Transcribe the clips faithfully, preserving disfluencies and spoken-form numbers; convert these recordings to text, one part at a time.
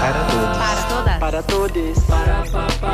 Para todos. Para todas. Para todos. Para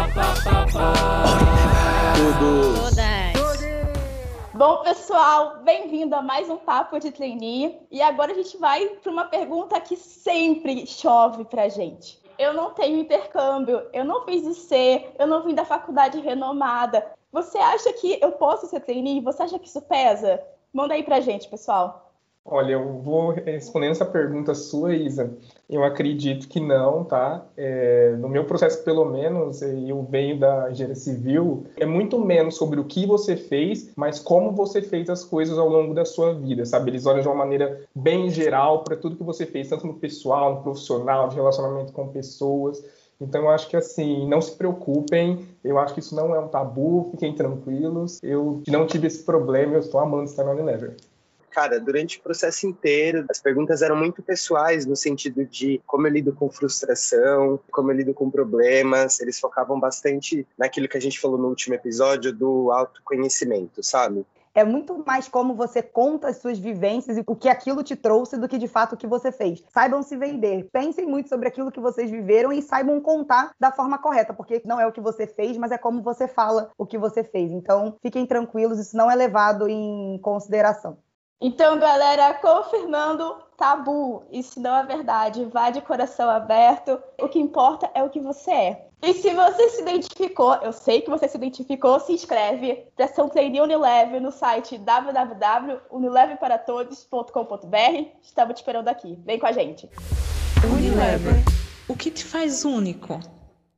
todos. Todas. Bom, pessoal, bem-vindo a mais um Papo de Trainee. E agora a gente vai para uma pergunta que sempre chove pra gente. Eu não tenho intercâmbio, eu não fiz I C, eu não vim da faculdade renomada. Você acha que eu posso ser trainee? Você acha que isso pesa? Manda aí pra gente, pessoal. Olha, eu vou respondendo essa pergunta sua, Isa. Eu acredito que não, tá? É, no meu processo, pelo menos, eu venho da engenharia civil, é muito menos sobre o que você fez, mas como você fez as coisas ao longo da sua vida, sabe? Eles olham de uma maneira bem geral para tudo que você fez, tanto no pessoal, no profissional, de relacionamento com pessoas. Então, eu acho que, assim, não se preocupem, eu acho que isso não é um tabu, fiquem tranquilos. Eu não tive esse problema, eu estou amando estar na Unilever. Cara, durante o processo inteiro, as perguntas eram muito pessoais, no sentido de como eu lido com frustração, como eu lido com problemas. Eles focavam bastante naquilo que a gente falou no último episódio do autoconhecimento, sabe? É muito mais como você conta as suas vivências e o que aquilo te trouxe do que, de fato, o que você fez. Saibam se vender. Pensem muito sobre aquilo que vocês viveram e saibam contar da forma correta, porque não é o que você fez, mas é como você fala o que você fez. Então, fiquem tranquilos, isso não é levado em consideração. Então, galera, confirmando, tabu. Isso não é verdade. Vá de coração aberto. O que importa é o que você é. E se você se identificou, eu sei que você se identificou, se inscreve para ser um trainee Unilever no site w w w ponto unilever para todos ponto com ponto b r. Estamos te esperando aqui. Vem com a gente. Unilever. O que te faz único?